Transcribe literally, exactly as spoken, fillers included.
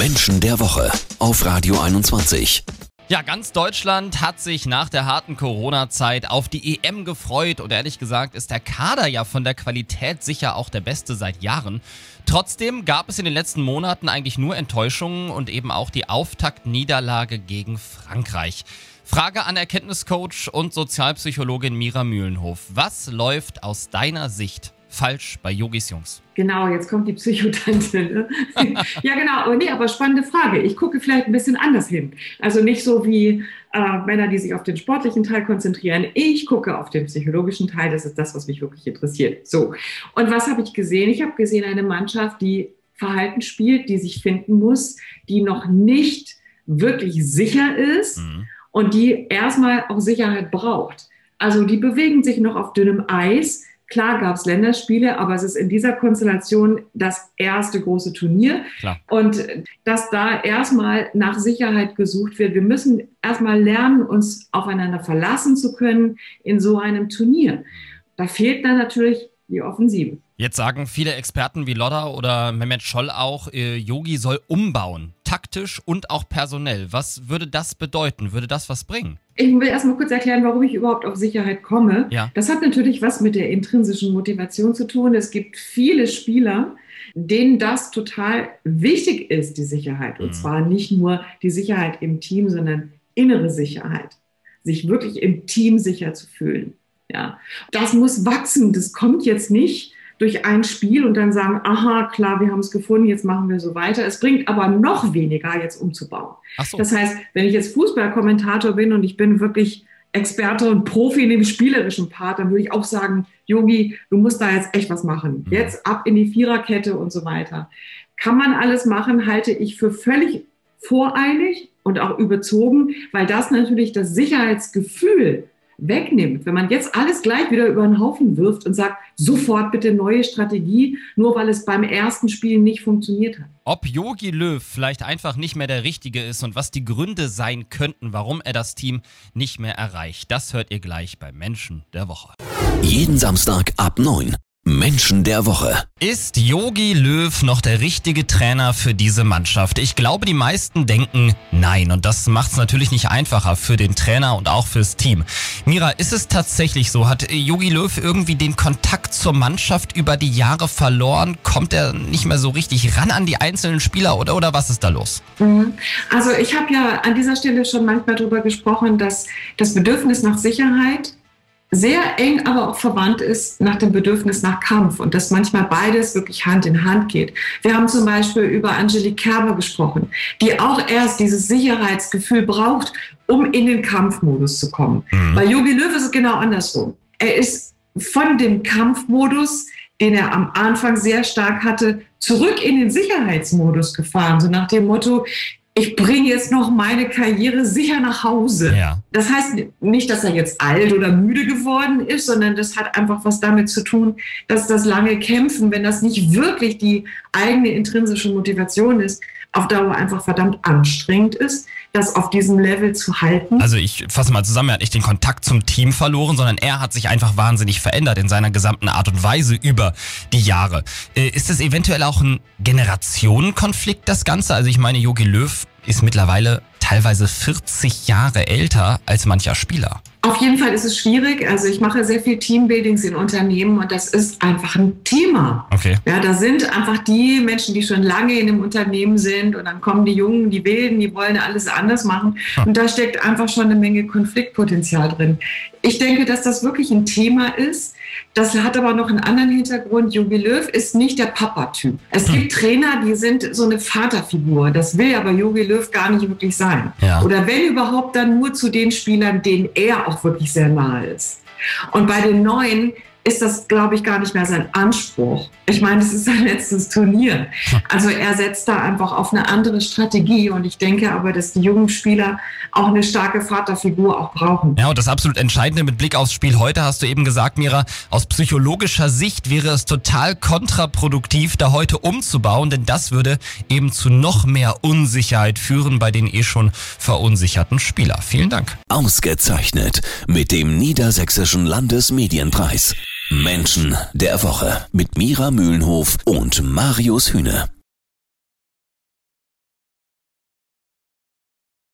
Menschen der Woche auf Radio einundzwanzig. Ja, ganz Deutschland hat sich nach der harten Corona-Zeit auf die E M gefreut und ehrlich gesagt ist der Kader ja von der Qualität sicher auch der beste seit Jahren. Trotzdem gab es in den letzten Monaten eigentlich nur Enttäuschungen und eben auch die Auftaktniederlage gegen Frankreich. Frage an Erkenntniscoach und Sozialpsychologin Mira Mühlenhof. Was läuft aus deiner Sicht falsch bei Yogis Jungs? Genau, jetzt kommt die Psychotante. Ne? Ja, genau. Aber nee, aber spannende Frage. Ich gucke vielleicht ein bisschen anders hin. Also nicht so wie äh, Männer, die sich auf den sportlichen Teil konzentrieren. Ich gucke auf den psychologischen Teil. Das ist das, was mich wirklich interessiert. So. Und was habe ich gesehen? Ich habe gesehen eine Mannschaft, die Verhalten spielt, die sich finden muss, die noch nicht wirklich sicher ist mhm. und die erstmal auch Sicherheit braucht. Also die bewegen sich noch auf dünnem Eis. Klar gab es Länderspiele, aber es ist in dieser Konstellation das erste große Turnier. Klar. Und dass da erstmal nach Sicherheit gesucht wird. Wir müssen erstmal lernen, uns aufeinander verlassen zu können in so einem Turnier. Da fehlt dann natürlich die Offensive. Jetzt sagen viele Experten wie Lodder oder Mehmet Scholl auch, Yogi soll umbauen, taktisch und auch personell. Was würde das bedeuten? Würde das was bringen? Ich will erst mal kurz erklären, warum ich überhaupt auf Sicherheit komme. Ja. Das hat natürlich was mit der intrinsischen Motivation zu tun. Es gibt viele Spieler, denen das total wichtig ist, die Sicherheit. Und mhm. zwar nicht nur die Sicherheit im Team, sondern innere Sicherheit. Sich wirklich im Team sicher zu fühlen. Ja. Das muss wachsen. Das kommt jetzt nicht durch ein Spiel und dann sagen, aha, klar, wir haben es gefunden, jetzt machen wir so weiter. Es bringt aber noch weniger, jetzt umzubauen. Ach so. Das heißt, wenn ich jetzt Fußballkommentator bin und ich bin wirklich Experte und Profi in dem spielerischen Part, dann würde ich auch sagen, Yogi, du musst da jetzt echt was machen. Mhm. Jetzt ab in die Viererkette und so weiter. Kann man alles machen, halte ich für völlig voreilig und auch überzogen, weil das natürlich das Sicherheitsgefühl wegnimmt. Wenn man jetzt alles gleich wieder über den Haufen wirft und sagt, sofort bitte neue Strategie, nur weil es beim ersten Spiel nicht funktioniert hat. Ob Jogi Löw vielleicht einfach nicht mehr der Richtige ist und was die Gründe sein könnten, warum er das Team nicht mehr erreicht, das hört ihr gleich bei Menschen der Woche. Jeden Samstag ab neun. Menschen der Woche. Ist Jogi Löw noch der richtige Trainer für diese Mannschaft? Ich glaube, die meisten denken nein. Und das macht es natürlich nicht einfacher für den Trainer und auch fürs Team. Mira, ist es tatsächlich so? Hat Jogi Löw irgendwie den Kontakt zur Mannschaft über die Jahre verloren? Kommt er nicht mehr so richtig ran an die einzelnen Spieler oder, oder was ist da los? Also ich habe ja an dieser Stelle schon manchmal darüber gesprochen, dass das Bedürfnis nach Sicherheit sehr eng aber auch verwandt ist nach dem Bedürfnis nach Kampf und dass manchmal beides wirklich Hand in Hand geht. Wir haben zum Beispiel über Angelique Kerber gesprochen, die auch erst dieses Sicherheitsgefühl braucht, um in den Kampfmodus zu kommen. Mhm. Bei Jogi Löw ist es genau andersrum. Er ist von dem Kampfmodus, den er am Anfang sehr stark hatte, zurück in den Sicherheitsmodus gefahren, so nach dem Motto, ich bringe jetzt noch meine Karriere sicher nach Hause. Ja. Das heißt nicht, dass er jetzt alt oder müde geworden ist, sondern das hat einfach was damit zu tun, dass das lange Kämpfen, wenn das nicht wirklich die eigene intrinsische Motivation ist, auf Dauer einfach verdammt anstrengend ist, das auf diesem Level zu halten. Also ich fasse mal zusammen, er hat nicht den Kontakt zum Team verloren, sondern er hat sich einfach wahnsinnig verändert in seiner gesamten Art und Weise über die Jahre. Ist es eventuell auch ein Generationenkonflikt, das Ganze? Also ich meine, Jogi Löw ist mittlerweile teilweise vierzig Jahre älter als mancher Spieler. Auf jeden Fall ist es schwierig. Also ich mache sehr viel Teambuildings in Unternehmen und das ist einfach ein Thema. Okay. Ja, da sind einfach die Menschen, die schon lange in einem Unternehmen sind und dann kommen die Jungen, die Wilden, die wollen alles anders machen. Hm. Und da steckt einfach schon eine Menge Konfliktpotenzial drin. Ich denke, dass das wirklich ein Thema ist. Das hat aber noch einen anderen Hintergrund. Jogi Löw ist nicht der Papa-Typ. Es gibt Trainer, die sind so eine Vaterfigur. Das will aber Jogi Löw gar nicht wirklich sein. Ja. Oder wenn überhaupt, dann nur zu den Spielern, denen er auch wirklich sehr nahe ist. Und bei den Neuen ist das, glaube ich, gar nicht mehr sein Anspruch. Ich meine, es ist sein letztes Turnier. Also er setzt da einfach auf eine andere Strategie und ich denke aber, dass die jungen Spieler auch eine starke Vaterfigur auch brauchen. Ja, und das absolut Entscheidende mit Blick aufs Spiel heute, hast du eben gesagt, Mira, aus psychologischer Sicht wäre es total kontraproduktiv, da heute umzubauen, denn das würde eben zu noch mehr Unsicherheit führen bei den eh schon verunsicherten Spielern. Vielen Dank. Ausgezeichnet mit dem Niedersächsischen Landesmedienpreis. Menschen der Woche mit Mira Mühlenhof und Marius Hühne.